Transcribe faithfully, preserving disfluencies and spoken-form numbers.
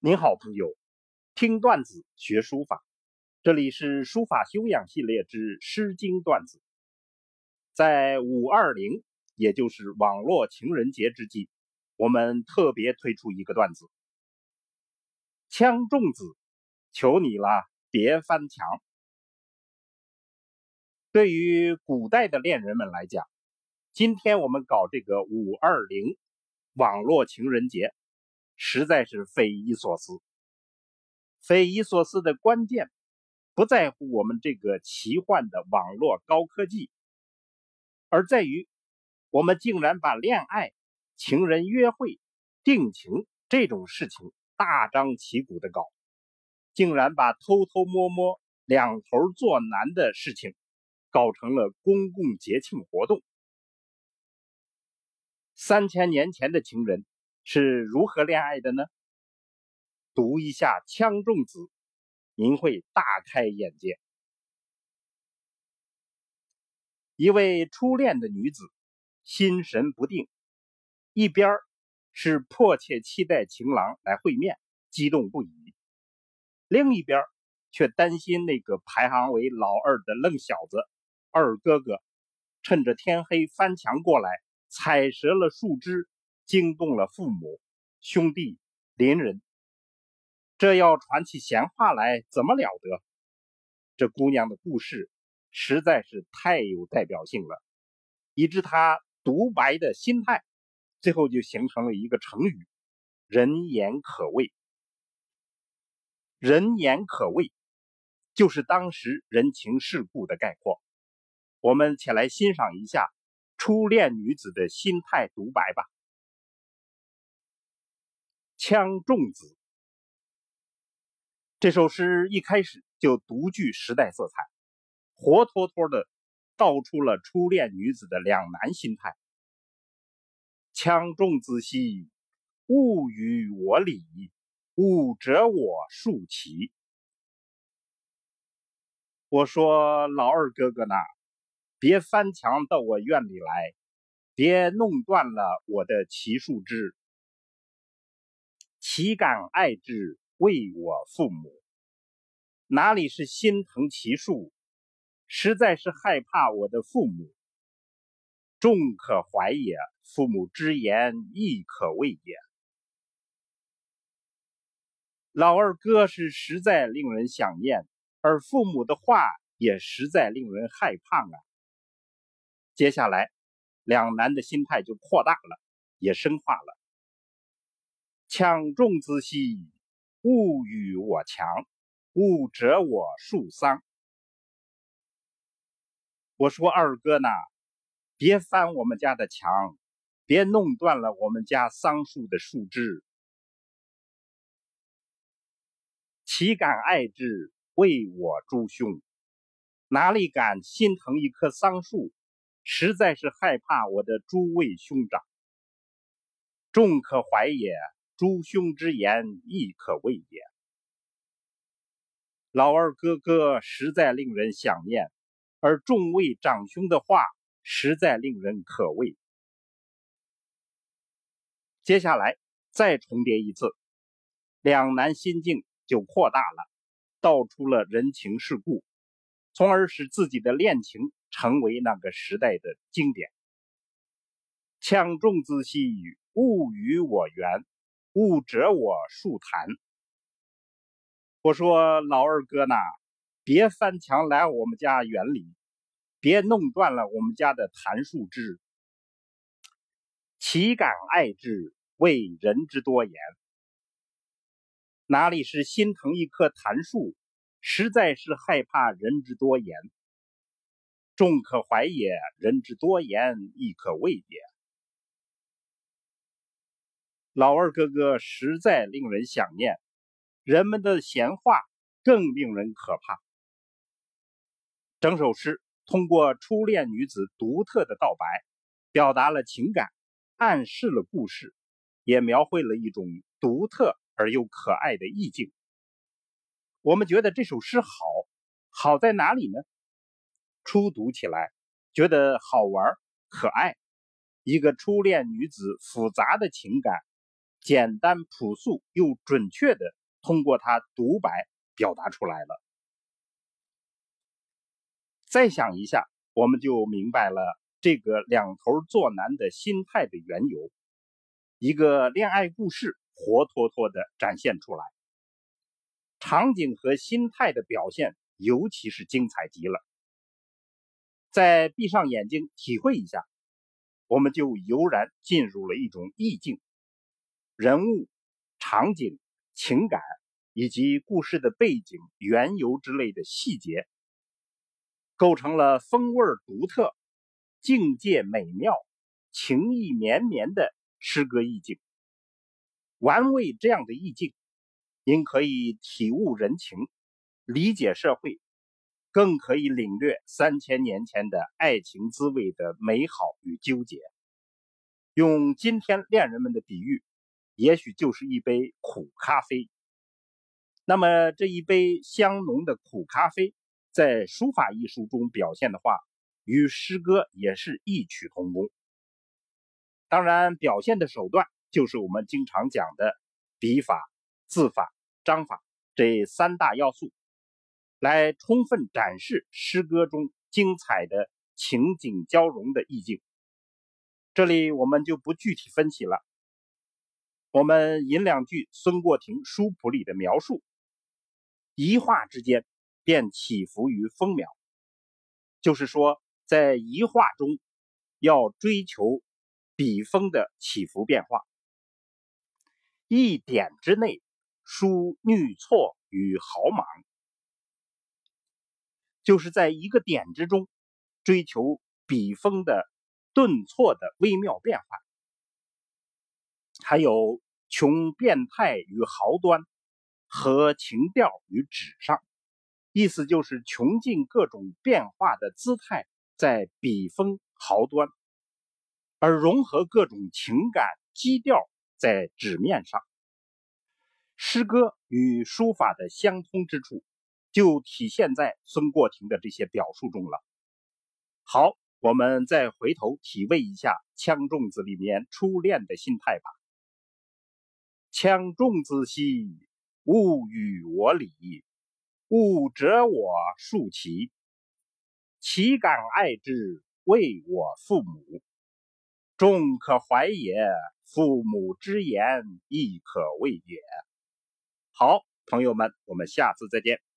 您好，朋友，听段子学书法，这里是书法修养系列之《诗经段子》。在五二零，也就是网络情人节之际，我们特别推出一个段子：枪粽子，求你了，别翻墙。对于古代的恋人们来讲，今天我们搞这个五二零网络情人节，实在是匪夷所思。匪夷所思的关键不在乎我们这个奇幻的网络高科技，而在于我们竟然把恋爱、情人约会、定情这种事情大张旗鼓的搞，竟然把偷偷摸摸、两头做难的事情搞成了公共节庆活动。三千年前的情人是如何恋爱的呢？读一下《枪粽子》，您会大开眼界。一位初恋的女子心神不定，一边是迫切期待情郎来会面，激动不已，另一边却担心那个排行为老二的愣小子二哥哥趁着天黑翻墙过来，踩折了树枝，惊动了父母、兄弟、邻人。这要传起闲话来怎么了得？这姑娘的故事实在是太有代表性了，以致她独白的心态最后就形成了一个成语：人言可畏。人言可畏就是当时人情世故的概括。我们且来欣赏一下初恋女子的心态独白吧。枪粽子，这首诗一开始就独具时代色彩，活脱脱的道出了初恋女子的两难心态。枪粽子兮，勿与我理，勿折我竖旗。我说老二哥哥呢，别翻墙到我院里来，别弄断了我的旗树枝。岂敢爱之，为我父母。哪里是心疼其树，实在是害怕我的父母。众可怀也，父母之言亦可畏也。老二哥是实在令人想念，而父母的话也实在令人害怕啊。接下来两男的心态就扩大了，也深化了。枪粽子兮，勿与我强，勿折我树桑。我说二哥呢，别翻我们家的墙，别弄断了我们家桑树的树枝。岂敢爱之，为我诸兄。哪里敢心疼一棵桑树，实在是害怕我的诸位兄长。众可怀也，诸兄之言亦可畏也。老二哥哥实在令人想念，而众位长兄的话实在令人可畏。接下来再重叠一次，两男心境就扩大了，道出了人情世故，从而使自己的恋情成为那个时代的经典。枪粽子兮，勿与我缘，勿折我树坛。我说老二哥呢，别翻墙来我们家园里，别弄断了我们家的檀树枝。岂敢爱之，为人之多言。哪里是心疼一棵檀树，实在是害怕人之多言。众可怀也，人之多言亦可畏也。老二哥哥实在令人想念，人们的闲话更令人可怕。整首诗通过初恋女子独特的道白，表达了情感，暗示了故事，也描绘了一种独特而又可爱的意境。我们觉得这首诗好，好在哪里呢？初读起来觉得好玩可爱，一个初恋女子复杂的情感简单朴素又准确的通过他独白表达出来了。再想一下，我们就明白了这个两头作难的心态的缘由，一个恋爱故事活脱脱的展现出来，场景和心态的表现尤其是精彩极了。再闭上眼睛体会一下，我们就油然进入了一种意境，人物、场景、情感以及故事的背景、缘由之类的细节，构成了风味独特、境界美妙、情意绵绵的诗歌意境。玩味这样的意境，因可以体悟人情，理解社会，更可以领略三千年前的爱情滋味的美好与纠结。用今天恋人们的比喻，也许就是一杯苦咖啡。那么这一杯香浓的苦咖啡，在书法艺术中表现的话，与诗歌也是异曲同工。当然，表现的手段就是我们经常讲的笔法、字法、章法这三大要素，来充分展示诗歌中精彩的情景交融的意境。这里我们就不具体分析了，我们引两句孙过庭书谱里的描述，一画之间便起伏于风描，就是说在一画中要追求笔锋的起伏变化，一点之内书衄错与豪莽，就是在一个点之中追求笔锋的顿挫的微妙变化。还有穷变态与豪端，和情调与纸上，意思就是穷尽各种变化的姿态在笔锋豪端，而融合各种情感基调在纸面上。诗歌与书法的相通之处，就体现在孙过庭的这些表述中了。好，我们再回头体味一下枪粽子里面初恋的心态吧。枪粽子兮，勿与我理，勿折我竖旗，岂敢爱之，为我父母。众可怀也，父母之言亦可畏也。好，朋友们，我们下次再见。